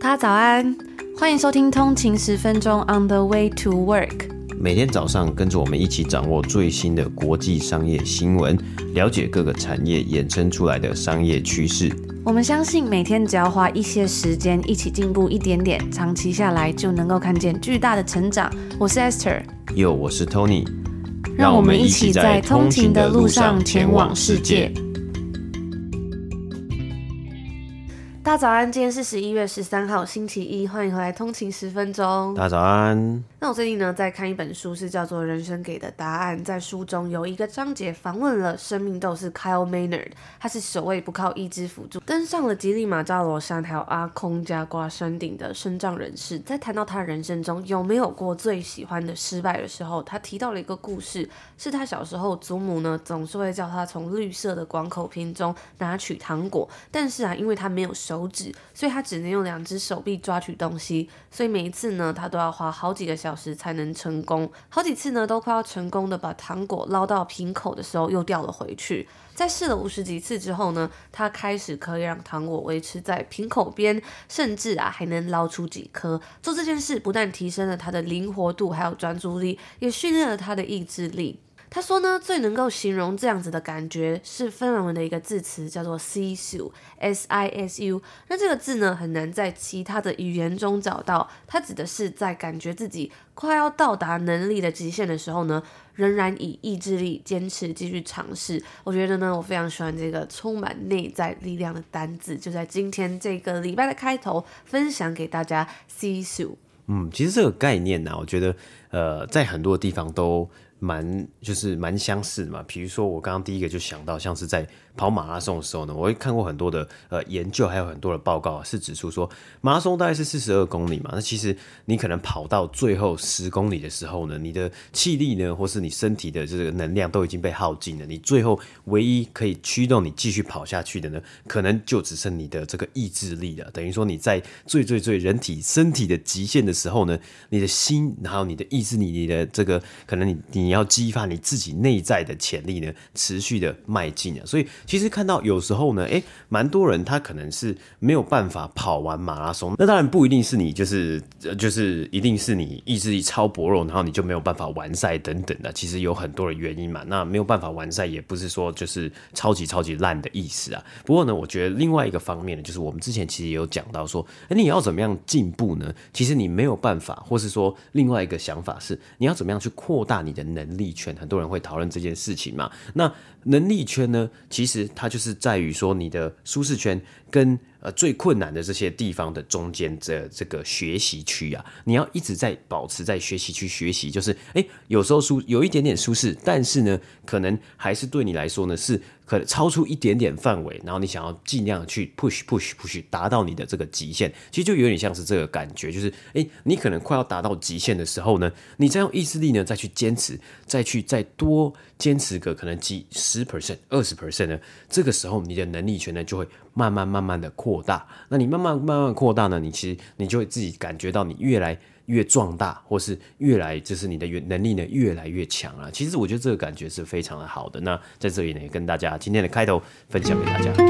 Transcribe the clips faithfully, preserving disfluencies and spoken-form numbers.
大家早安，欢迎收听通勤十分钟 On the way to work。 每天早上跟着我们一起掌握最新的国际商业新闻，了解各个产业衍生出来的商业趋势。 我们相信每天只要花一些时间一起进步一点点，长期下来就能够看见巨大的成长。我是 Esther， 哟，我是 Tony， 让我们一起在通勤的路上前往世界。大家早安，今天是十一月十三号星期一，欢迎回来通勤十分钟。 大家早安。 那我最近呢在看一本书，是叫做《人生给的答案》。在书中有一个章节访问了生命斗士 Kyle Maynard， 他是首位不靠意志辅助登上了吉利马扎罗山还有阿空加瓜山顶的身障人士。在谈到他人生中有没有过最喜欢的失败的时候，他提到了一个故事，是他小时候祖母呢总是会叫他从绿色的广口瓶中拿取糖果，但是啊因为他没有手指，所以他只能用两只手臂抓取东西，所以每一次呢他都要花好几个小时才能成功，好几次呢都快要成功的把糖果捞到瓶口的时候又掉了回去。在试了五十几次之后呢，他开始可以让糖果维持在瓶口边，甚至啊还能捞出几颗。做这件事不但提升了他的灵活度还有专注力，也训练了他的意志力。他说呢，最能够形容这样子的感觉是芬兰文的一个字词，叫做 sisu S I S U。 那这个字呢很难在其他的语言中找到，它指的是在感觉自己快要到达能力的极限的时候呢，仍然以意志力坚持继续尝试。我觉得呢，我非常喜欢这个充满内在力量的单字，就在今天这个礼拜的开头分享给大家 sisu。 嗯，其实这个概念呢、啊，我觉得呃，在很多地方都蛮就是蛮相似的嘛。比如说我刚刚第一个就想到，像是在跑马拉松的时候呢，我会看过很多的呃研究，还有很多的报告、啊、是指出说，马拉松大概是四十二公里嘛，那其实你可能跑到最后十公里的时候呢，你的气力呢，或是你身体的这个能量都已经被耗尽了，你最后唯一可以驱动你继续跑下去的呢，可能就只剩你的这个意志力了。等于说你在最最最人体身体的极限的时候呢，你的心，然后你的意志力，你的这个可能你你要激发你自己内在的潜力呢，持续的迈进啊。所以其实看到有时候呢，诶，蛮多人他可能是没有办法跑完马拉松。那当然不一定是你就是就是一定是你意志力超薄弱，然后你就没有办法完赛等等的。其实有很多的原因嘛。那没有办法完赛，也不是说就是超级超级烂的意思啊。不过呢，我觉得另外一个方面呢，就是我们之前其实也有讲到说，诶，你要怎么样进步呢？其实你没有办法，或是说另外一个想法是，你要怎么样去扩大你的能力圈。很多人会讨论这件事情嘛。那能力圈呢，其实它就是在于说你的舒适圈跟呃最困难的这些地方的中间的这个学习区啊，你要一直在保持在学习区学习，就是哎有时候舒有一点点舒适，但是呢可能还是对你来说呢是可能超出一点点范围，然后你想要尽量去 push push push 达到你的这个极限，其实就有点像是这个感觉，就是哎你可能快要达到极限的时候呢，你再用意志力呢再去坚持，再去再多坚持个可能几十 percent 二十 percent 呢，这个时候你的能力圈呢就会慢慢慢慢的扩大。那你慢慢慢慢扩大呢，你其实你就会自己感觉到你越来越壮大，或是越来就是你的能力呢越来越强啊。其实我觉得这个感觉是非常的好的。那在这里呢，也跟大家今天的开头分享给大家。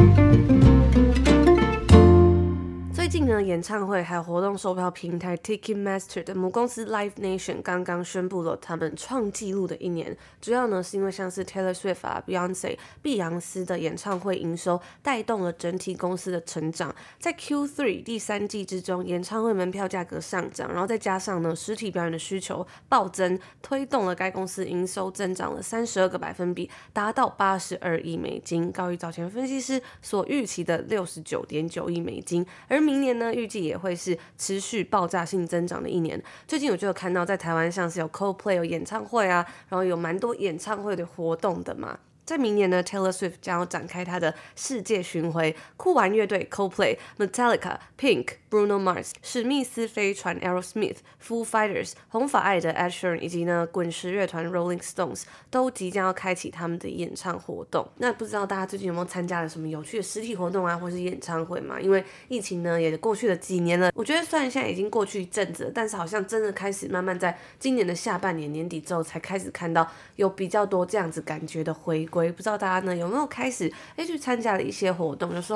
最近呢，演唱会还有活动售票平台 Ticketmaster 的母公司 Live Nation 刚刚宣布了他们创纪录的一年，主要呢是因为像是 Taylor Swift 啊、Beyonce 碧昂斯的演唱会营收带动了整体公司的成长。在 Q 三 第三季之中，演唱会门票价格上涨，然后再加上呢实体表演的需求暴增，推动了该公司营收增长了三十二个百分比，达到八十二亿美金，高于早前分析师所预期的六十九点九亿美金。而明年呢，预计也会是持续爆炸性增长的一年。最近我就有看到在台湾像是有 Coldplay 有演唱会啊，然后有蛮多演唱会的活动的嘛。在明年呢 Taylor Swift 将要展开他的世界巡回，酷玩乐队 Coldplay、 Metallica、 Pink、 Bruno Mars、 史密斯飞船 Aerosmith、 Foo Fighters、 红发爱的 Ed Sheeran 以及呢滚石乐团 Rolling Stones 都即将要开启他们的演唱活动。那不知道大家最近有没有参加了什么有趣的实体活动啊，或是演唱会嘛？因为疫情呢也过去了几年了，我觉得虽然现在已经过去一阵子了，但是好像真的开始慢慢在今年的下半年年底之后才开始看到有比较多这样子感觉的回归。不知道大家呢有没有开始诶去参加了一些活动？有时候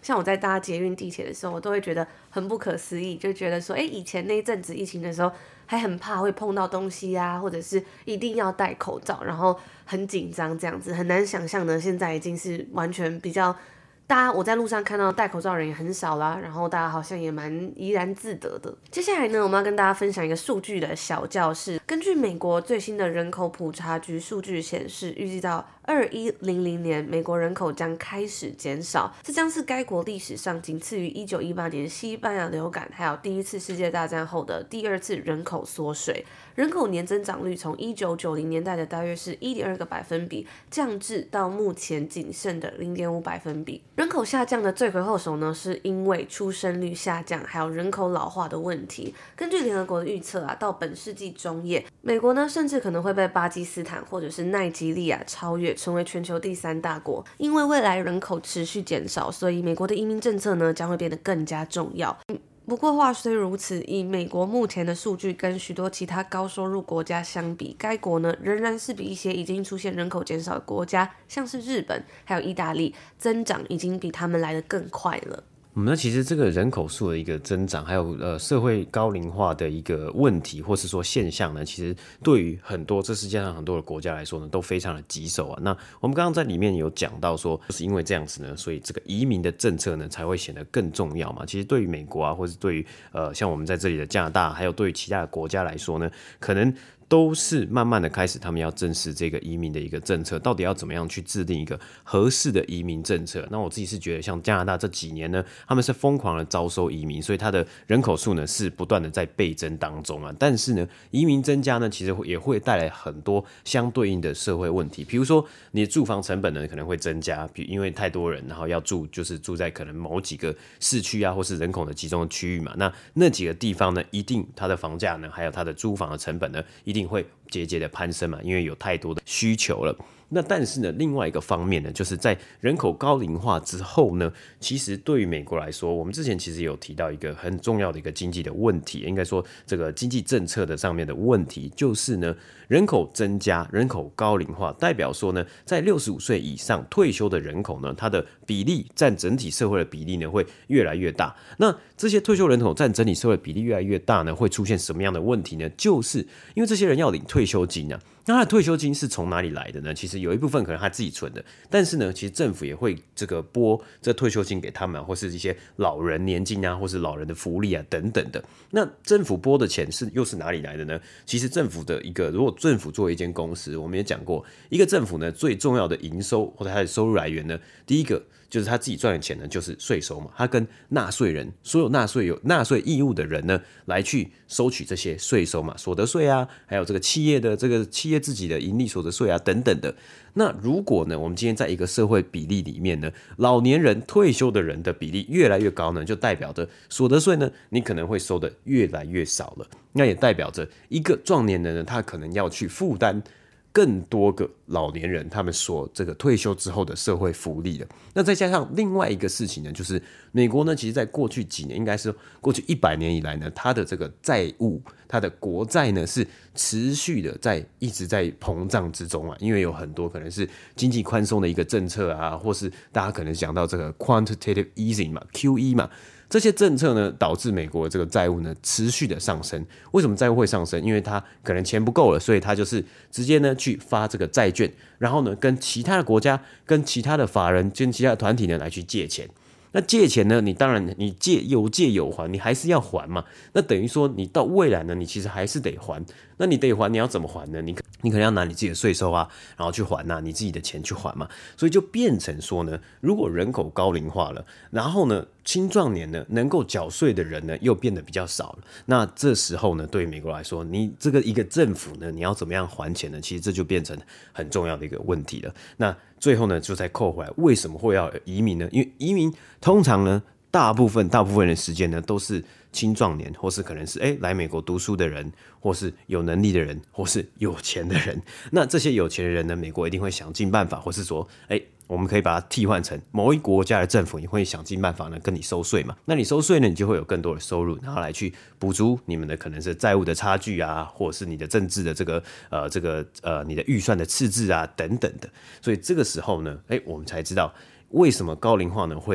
像我在搭捷运地铁的时候，我都会觉得很不可思议，就觉得说，哎，以前那一阵子疫情的时候，还很怕会碰到东西啊，或者是一定要戴口罩，然后很紧张这样子，很难想象呢。现在已经是完全比较。大家我在路上看到戴口罩的人也很少啦，然后大家好像也蛮怡然自得的。接下来呢，我们要跟大家分享一个数据的小教室。根据美国最新的人口普查局数据显示，预计到二一零零年，美国人口将开始减少，这将是该国历史上仅次于一九一八年西班牙流感还有第一次世界大战后的第二次人口缩水。人口年增长率从一九九零年代的大约是 一点二个百分比降至到目前仅剩的 零点五百分比。人口下降的罪魁祸首呢，是因为出生率下降还有人口老化的问题。根据联合国的预测啊，到本世纪中叶，美国呢甚至可能会被巴基斯坦或者是奈及利亚超越，成为全球第三大国。因为未来人口持续减少，所以美国的移民政策呢将会变得更加重要。不过话虽如此，以美国目前的数据跟许多其他高收入国家相比，该国呢仍然是比一些已经出现人口减少的国家，像是日本还有意大利，增长已经比他们来得更快了。 嗯，那其实这个人口数的一个增长，还有呃社会高龄化的一个问题，或是说现象呢，其实对于很多这世界上很多的国家来说呢，都非常的棘手啊。那我们刚刚在里面有讲到说，就是因为这样子呢，所以这个移民的政策呢才会显得更重要嘛。其实对于美国啊，或是对于呃像我们在这里的加拿大，还有对于其他的国家来说呢，可能都是慢慢的开始，他们要正视这个移民的一个政策，到底要怎么样去制定一个合适的移民政策。那我自己是觉得，像加拿大这几年呢，他们是疯狂的招收移民，所以它的人口数呢是不断的在倍增当中啊。但是呢，移民增加呢，其实也会带来很多相对应的社会问题，比如说你的住房成本呢可能会增加，因为太多人，然后要住就是住在可能某几个市区啊，或是人口的集中的区域嘛。那那几个地方呢，一定它的房价呢，还有它的租房的成本呢，一定会节节的攀升嘛，因为有太多的需求了。那但是呢，另外一个方面呢，就是在人口高龄化之后呢，其实对于美国来说，我们之前其实有提到一个很重要的一个经济的问题，应该说这个经济政策的上面的问题，就是呢，人口增加、人口高龄化，代表说呢，在六十五岁以上退休的人口呢，它的比例占整体社会的比例呢，会越来越大。那这些退休人口占整体社会的比例越来越大呢，会出现什么样的问题呢？就是因为这些人要领退休金啊。那他的退休金是从哪里来的呢？其实有一部分可能他自己存的，但是呢，其实政府也会这个拨这退休金给他们，或是一些老人年金啊，或是老人的福利啊等等的。那政府拨的钱是又是哪里来的呢？其实政府的一个，如果政府作为一间公司，我们也讲过，一个政府呢最重要的营收或者它的收入来源呢，第一个就是他自己赚的钱呢，就是税收嘛，他跟纳税人，所有纳税有纳税义务的人呢，来去收取这些税收嘛，所得税啊，还有这个企业的这个企业自己的盈利所得税啊等等的。那如果呢，我们今天在一个社会比例里面呢，老年人退休的人的比例越来越高呢，就代表着所得税呢，你可能会收的越来越少了。那也代表着一个壮年人呢，他可能要去负担更多个老年人他们所这个退休之后的社会福利了。那再加上另外一个事情呢，就是美国呢，其实在过去几年，应该是过去一百年以来呢，它的这个债务，它的国债呢是持续的在一直在膨胀之中啊，因为有很多可能是经济宽松的一个政策啊，或是大家可能讲到这个 quantitative easing 嘛 ，Q E 嘛。这些政策呢，导致美国的这个债务呢持续的上升。为什么债务会上升？因为它可能钱不够了，所以它就是直接呢去发这个债券，然后呢跟其他的国家、跟其他的法人、跟其他的团体呢来去借钱。那借钱呢，你当然你借有借有还，你还是要还嘛。那等于说你到未来呢，你其实还是得还。那你得还，你要怎么还呢？你你可能要拿你自己的税收啊，然后去还啊，你自己的钱去还嘛。所以就变成说呢，如果人口高龄化了，然后呢，青壮年呢能够缴税的人呢又变得比较少了，那这时候呢，对于美国来说，你这个一个政府呢，你要怎么样还钱呢？其实这就变成很重要的一个问题了。那最后呢，就再扣回来，为什么会要移民呢？因为移民通常呢，大部分大部分的时间呢，都是青壮年，或是可能是哎来美国读书的人，或是有能力的人，或是有钱的人。那这些有钱的人呢，美国一定会想尽办法，或是说，哎，我们可以把它替换成某一国家的政府也会想尽办法呢跟你收税嘛。那你收税呢，你就会有更多的收入，然后来去补足你们的可能是债务的差距啊，或者是你的政治的这个呃这个呃你的预算的赤字啊等等的。所以这个时候呢，哎，我们才知道为什么高龄化呢会有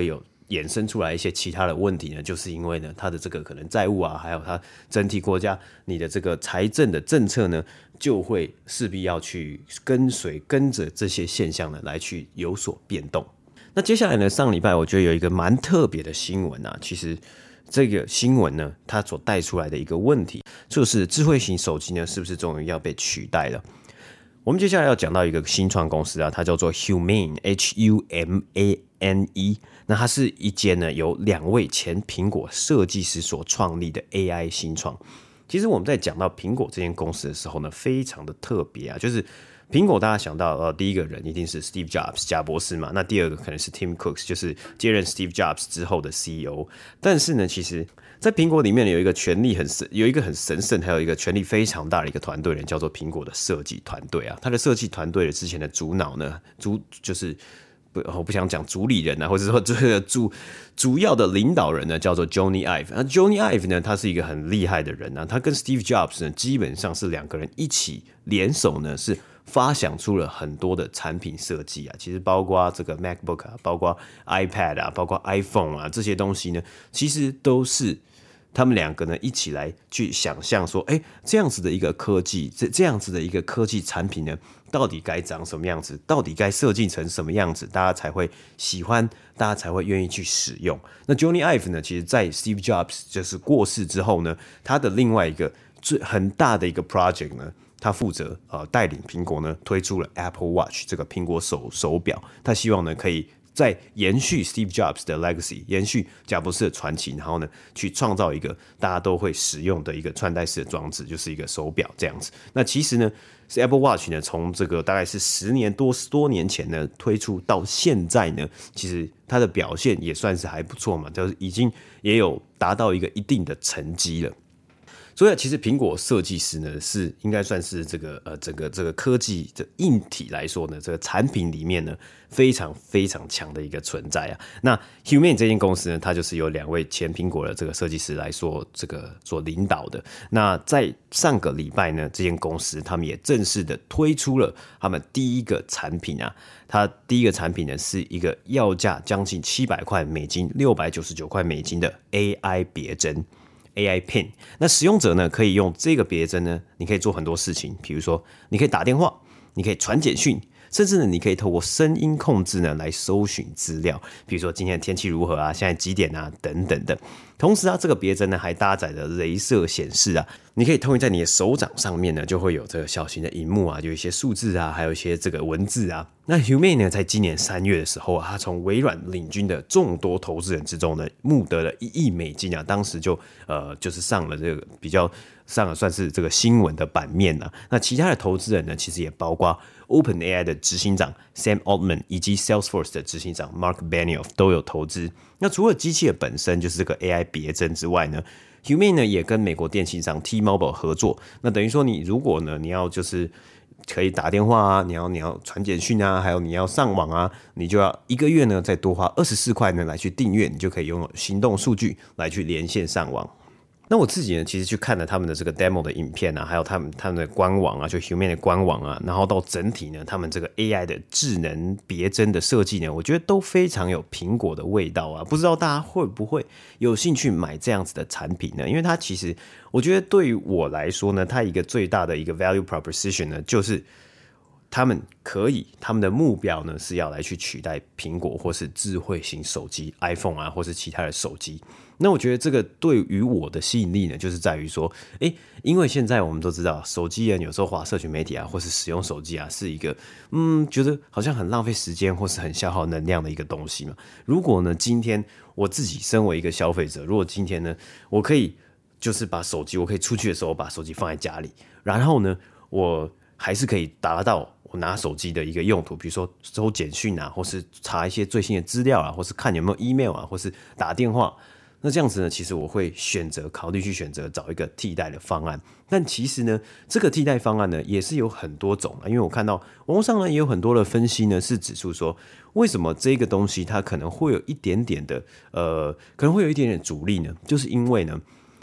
衍生出来一些其他的问题呢？就是因为呢，它的这个可能债务啊，还有它整体国家你的这个财政的政策呢，就会势必要去跟随跟着这些现象呢来去有所变动。那接下来呢，上礼拜我觉得有一个蛮特别的新闻啊，其实这个新闻呢，它所带出来的一个问题，就是智慧型手机呢，是不是终于要被取代了？我们接下来要讲到一个新创公司啊，它叫做 Humane H U M A N E。那它是一间呢由两位前苹果设计师所创立的 A I 新创。其实我们在讲到苹果这间公司的时候呢，非常的特别啊，就是苹果大家想到呃第一个人一定是 Steve Jobs 贾博士嘛，那第二个可能是 Tim Cook， 就是接任 Steve Jobs 之后的 C E O。但是呢，其实在苹果里面有一个权力很神，有一个很神圣，还有一个权力非常大的一个团队，人叫做苹果的设计团队啊。他的设计团队的之前的主脑呢，主就是不，我不想讲主理人啊，或者说这个主主要的領導人呢，叫做 Jony Ive。那 Jony Ive 呢，他是一个很厉害的人啊，他跟 Steve Jobs 呢，基本上是两个人一起联手呢，是发想出了很多的产品设计啊。其实包括这个 MacBook 啊，包括 iPad 啊，包括 iPhone 啊，这些东西呢，其实都是他们两个呢一起来去想象说，哎，这样子的一个科技，这这样子的一个科技产品呢，到底该长什么样子？到底该设计成什么样子，大家才会喜欢，大家才会愿意去使用？那 Jony Ive 呢，其实在 Steve Jobs 就是过世之后呢，他的另外一个最很大的一个 project 呢，他负责呃带领苹果呢推出了 Apple Watch 这个苹果手手表，他希望呢可以在延续 Steve Jobs 的 legacy， 延续贾博士的传奇，然后呢，去创造一个大家都会使用的一个穿戴式的装置，就是一个手表这样子。那其实呢，是 Apple Watch 呢，从这个大概是十年多多年前呢推出到现在呢，其实它的表现也算是还不错嘛，就是已经也有达到一个一定的成绩了。所以其实苹果设计师呢，是应该算是这个呃整个这个科技的硬体来说呢，这个产品里面呢非常非常强的一个存在啊。那 Humane 这间公司呢，它就是由两位前苹果的这个设计师来说这个所领导的。那在上个礼拜呢，这间公司他们也正式的推出了他们第一个产品啊。它第一个产品呢是一个要价将近七百块美金、六百九十九块美金的 A I 别针。A I Pin， 那使用者呢可以用这个别针呢，你可以做很多事情，比如说你可以打电话，你可以传简讯，甚至呢你可以透过声音控制呢来搜寻资料，比如说今天的天气如何啊，现在几点啊等等的。同时啊，这个别针呢还搭载了雷射显示啊，你可以投影在你的手掌上面呢，就会有这个小型的萤幕啊，有一些数字啊，还有一些这个文字啊。那 Humane 呢，在今年三月的时候啊，他从微软领军的众多投资人之中呢，募得了一亿美金啊，当时就呃就是上了这个比较上了算是这个新闻的版面啊。那其他的投资人呢，其实也包括 OpenAI 的执行长 Sam Altman 以及 Salesforce 的执行长 Mark Benioff 都有投资。那除了机器的本身就是这个 A I 别针之外呢， Humane 呢也跟美国电信商 T-Mobile 合作。那等于说你如果呢你要就是可以打电话啊，你要你要传简讯啊，还有你要上网啊，你就要一个月呢再多花二十四块呢来去订阅，你就可以拥有行动数据来去连线上网。那我自己呢，其实去看了他们的这个 demo 的影片啊，还有他们他们的官网啊，就 Humane 的官网啊，然后到整体呢，他们这个 A I 的智能别针的设计呢，我觉得都非常有苹果的味道啊。不知道大家会不会有兴趣买这样子的产品呢？因为它其实我觉得对于我来说呢，它一个最大的一个 value proposition 呢，就是他们可以，他们的目标呢是要来去取代苹果或是智慧型手机 iPhone 啊，或是其他的手机。那我觉得这个对于我的吸引力呢，就是在于说，诶，因为现在我们都知道，手机人有时候滑社群媒体啊，或是使用手机啊，是一个嗯，觉得好像很浪费时间或是很消耗能量的一个东西嘛。如果呢，今天我自己身为一个消费者，如果今天呢，我可以就是把手机，我可以出去的时候把手机放在家里，然后呢，我还是可以达到我拿手机的一个用途，比如说收简讯啊，或是查一些最新的资料啊，或是看有没有 email 啊，或是打电话。那这样子呢，其实我会选择考虑去选择找一个替代的方案。但其实呢，这个替代方案呢也是有很多种啊，因为我看到网络上呢也有很多的分析呢是指出说，为什么这个东西它可能会有一点点的呃，可能会有一点点阻力呢？就是因为呢，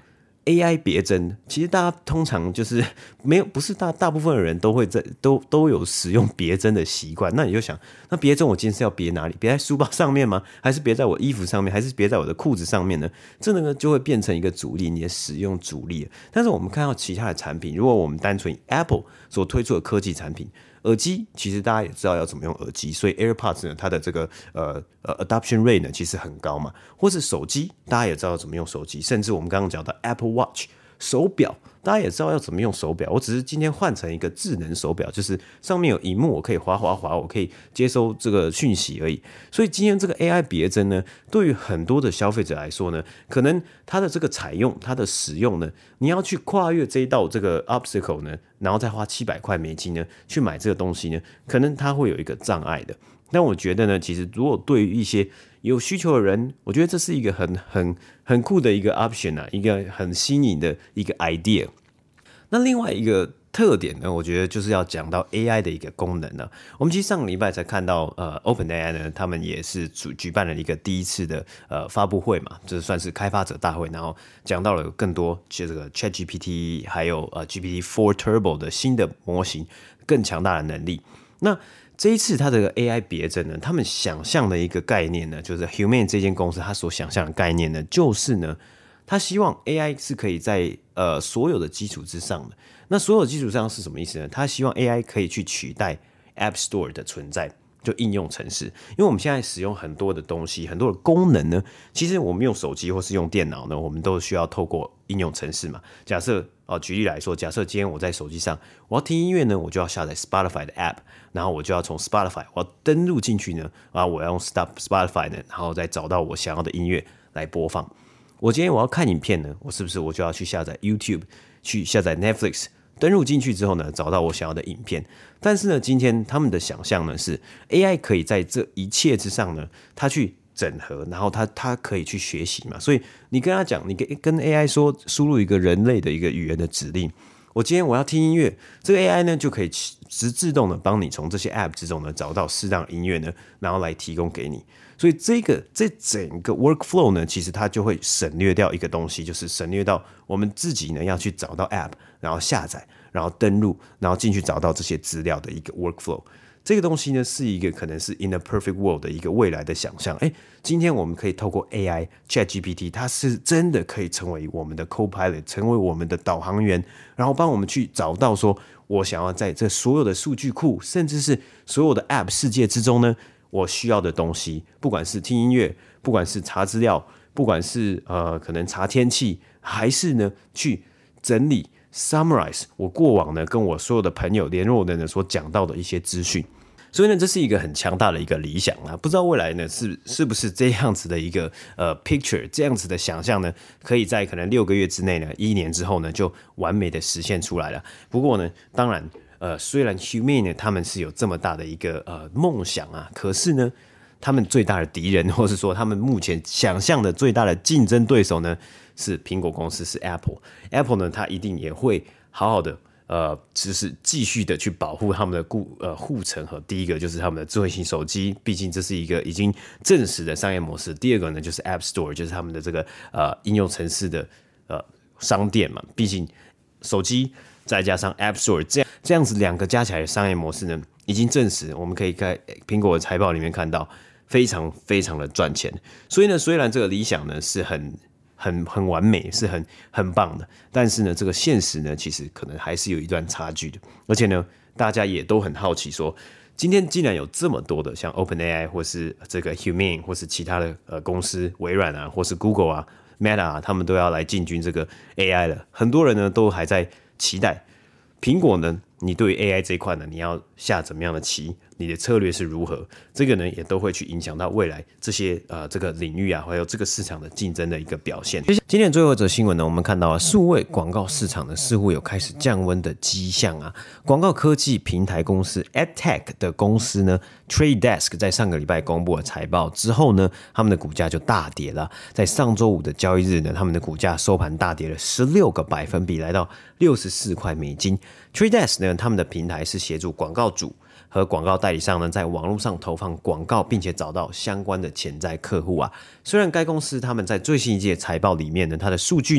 A I 别针，其实大家通常就是没有，不是大大部分的人都会在都都有使用别针的习惯。那你就想，那别针我今天是要别哪里？别在书包上面吗？还是别在我衣服上面？还是别在我的裤子上面呢？这个呢就会变成一个阻力，你的使用阻力。但是我们看到其他的产品，如果我们单纯 Apple 所推出的科技产品，耳机其实大家也知道要怎么用耳机，所以 AirPods 呢，它的这个呃呃 adoption rate 呢其实很高嘛。或是手机，大家也知道怎么用手机，甚至我们刚刚讲的 Apple Watch 手表，大家也知道要怎么用手表。我只是今天换成一个智能手表，就是上面有萤幕，我可以滑滑滑，我可以接收这个讯息而已。所以今天这个 A I 别针呢，对于很多的消费者来说呢，可能它的这个采用、它的使用呢，你要去跨越这一道这个 obstacle 呢，然后再花七百块美金呢去买这个东西呢，可能它会有一个障碍的。但我觉得呢，其实如果对于一些有需求的人，我觉得这是一个很很很酷的一个 option 啊，一个很新颖的一个 idea。那另外一个特点呢，我觉得就是要讲到 A I 的一个功能呢。我们其实上个礼拜才看到，呃 ，OpenAI 呢，他们也是举举办了一个第一次的呃发布会嘛，这算是开发者大会，然后讲到了更多这个 ChatGPT 还有呃 G P T 四 Turbo 的新的模型，更强大的能力。那这一次它的 A I 别针呢，他们想象的一个概念呢，就是 Humane 这间公司它所想象的概念呢，就是呢，他希望 A I 是可以在呃所有的基础之上的。那所有的基础上是什么意思呢？他希望 A I 可以去取代 App Store 的存在，就应用程式。因为我们现在使用很多的东西，很多的功能呢，其实我们用手机或是用电脑呢，我们都需要透过应用程式嘛。假设哦，举例来说，假设今天我在手机上，我要听音乐呢，我就要下载 Spotify 的 App， 然后我就要从 Spotify 我要登录进去呢，然后我要用 Stop Spotify 呢，然后再找到我想要的音乐来播放。我今天我要看影片呢，我是不是我就要去下载 YouTube， 去下载 Netflix， 登录进去之后呢，找到我想要的影片。但是呢，今天他们的想象呢是 A I 可以在这一切之上呢，它去整合，然后它它可以去学习嘛。所以你跟他讲，你跟 A I 说输入一个人类的一个语言的指令，我今天我要听音乐，这个 A I 呢就可以自自动的帮你从这些 App 之中呢找到适当的音乐呢，然后来提供给你。所以这个这整个 workflow 呢，其实它就会省略掉一个东西，就是省略到我们自己呢要去找到 App， 然后下载，然后登录，然后进去找到这些资料的一个 workflow。这个东西呢是一个可能是 in a perfect world 的一个未来的想象。哎，今天我们可以透过 A I ChatGPT， 它是真的可以成为我们的 co-pilot， 成为我们的导航员，然后帮我们去找到说我想要在这所有的数据库，甚至是所有的 App 世界之中呢，我需要的东西，不管是听音乐，不管是查资料，不管是呃可能查天气，还是呢去整理 summarize 我过往呢跟我所有的朋友联络的人所讲到的一些资讯。所以呢，这是一个很强大的一个理想啊！不知道未来呢是是不是这样子的一个呃 picture， 这样子的想象呢，可以在可能六个月之内呢，一年之后呢，就完美的实现出来了。不过呢，当然，呃，虽然 Humane 呢他们是有这么大的一个呃梦想啊，可是呢，他们最大的敌人，或是说他们目前想象的最大的竞争对手呢，是苹果公司，是 Apple。Apple 呢，它一定也会好好的。呃，只是继续的去保护他们的固呃护城河。第一个就是他们的智慧型手机，毕竟这是一个已经证实的商业模式。第二个呢，就是 App Store， 就是他们的这个呃应用程式的呃商店嘛。毕竟手机再加上 App Store 这样这样子两个加起来的商业模式呢，已经证实，我们可以在苹果的财报里面看到，非常非常的赚钱。所以呢，虽然这个理想呢是很。很很完美，是很很棒的，但是呢，这个现实呢，其实可能还是有一段差距的。而且呢，大家也都很好奇说，今天既然有这么多的像 OpenAI 或是这个 Humane 或是其他的呃公司，微软啊，或是 Google 啊、Meta 啊，他们都要来进军这个 A I 了。很多人呢都还在期待苹果呢，你对于 A I 这一块呢，你要下怎么样的棋？你的策略是如何？这个呢，也都会去影响到未来这些呃这个领域啊，还有这个市场的竞争的一个表现。今天的最后一则新闻呢，我们看到啊，数位广告市场呢似乎有开始降温的迹象啊。广告科技平台公司 AdTech 的公司呢 Trade Desk 在上个礼拜公布了财报之后呢，他们的股价就大跌了。在上周五的交易日呢，他们的股价收盘大跌了十六个百分比，来到六十四块美金。Trade Desk 呢，他们的平台是协助广告主和广告代理商呢，在网络上投放广告，并且找到相关的潜在客户啊。虽然该公司他们在最新一季的财报里面呢，它的数据呢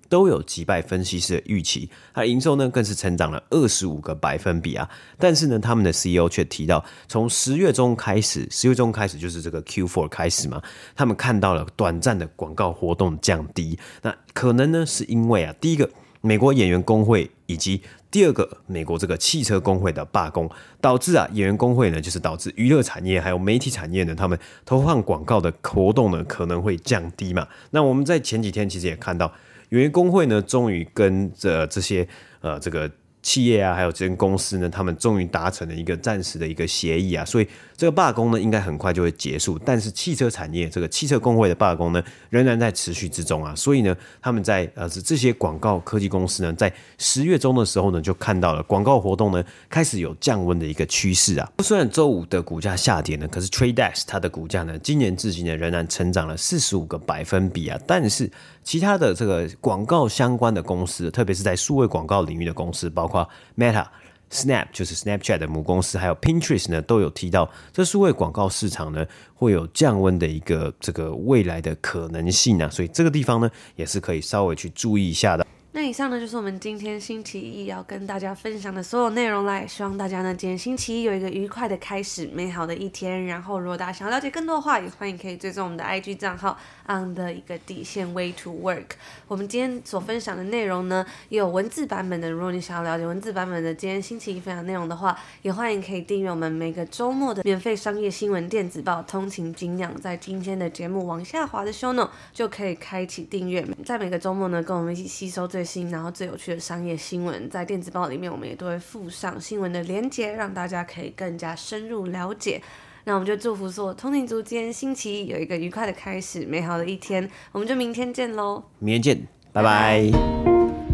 都有击败分析师的预期，它的营收呢更是成长了二十五个百分比啊。但是呢，他们的 C E O 却提到，从十月中开始，十月中开始就是这个 Q 四 开始嘛，他们看到了短暂的广告活动降低。那可能呢是因为啊，第一个，美国演员工会以及第二个，美国这个汽车工会的罢工，导致啊演员工会呢，就是导致娱乐产业还有媒体产业呢，他们投放广告的活动呢可能会降低嘛。那我们在前几天其实也看到，演员工会呢终于跟着这些呃这个企业啊，还有这间公司呢，他们终于达成了一个暂时的一个协议啊，所以这个罢工呢，应该很快就会结束。但是汽车产业这个汽车工会的罢工呢，仍然在持续之中啊，所以呢，他们在呃这些广告科技公司呢，在十月中的时候呢，就看到了广告活动呢开始有降温的一个趋势啊。虽然周五的股价下跌呢，可是 Trade Desk 它的股价呢，今年至今呢仍然成长了四十五个百分比啊，但是其他的这个广告相关的公司，特别是在数位广告领域的公司，包括 Meta、Snap 就是 Snapchat 的母公司，还有 Pinterest 呢，都有提到这数位广告市场呢会有降温的一个这个未来的可能性啊，所以这个地方呢也是可以稍微去注意一下的。 那以上呢就是我们今天星期一要跟大家分享的所有内容啦，希望大家呢今天星期一有一个愉快的开始，美好的一天。然后如果大家想要了解更多的话，也欢迎可以追踪我们的 I G 账号 on 的一个底线 way to work。我们今天所分享的内容呢也有文字版本的，如果你想要了解文字版本的今天星期一分享内容的话，也欢迎可以订阅我们每个周末的免费商业新闻电子报通勤精酿，在今天的节目往下滑的 show note 就可以开启订阅，在每个周末呢跟我们一起吸收最新然后最有趣的商业新闻，在电子报里面我们也都会附上新闻的连结，让大家可以更加深入了解。那我们就祝福所有通勤族今天星期一有一个愉快的开始，美好的一天，我们就明天见咯， 明天见，拜拜。